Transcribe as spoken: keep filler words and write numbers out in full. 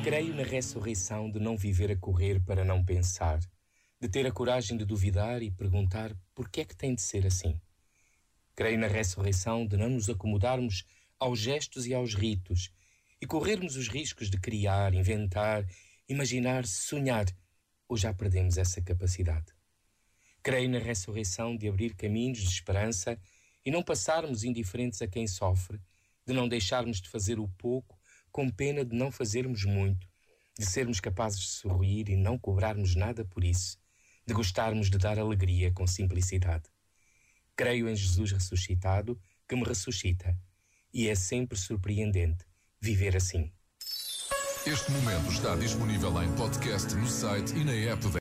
Creio na ressurreição de não viver a correr para não pensar, de ter a coragem de duvidar e perguntar por que é que tem de ser assim. Creio na ressurreição de não nos acomodarmos aos gestos e aos ritos e corrermos os riscos de criar, inventar, imaginar, sonhar, ou já perdemos essa capacidade. Creio na ressurreição de abrir caminhos de esperança e não passarmos indiferentes a quem sofre, de não deixarmos de fazer o pouco com pena de não fazermos muito, de sermos capazes de sorrir e não cobrarmos nada por isso, de gostarmos de dar alegria com simplicidade. Creio em Jesus ressuscitado, que me ressuscita, e é sempre surpreendente viver assim. Este momento está disponível em podcast no site e na app da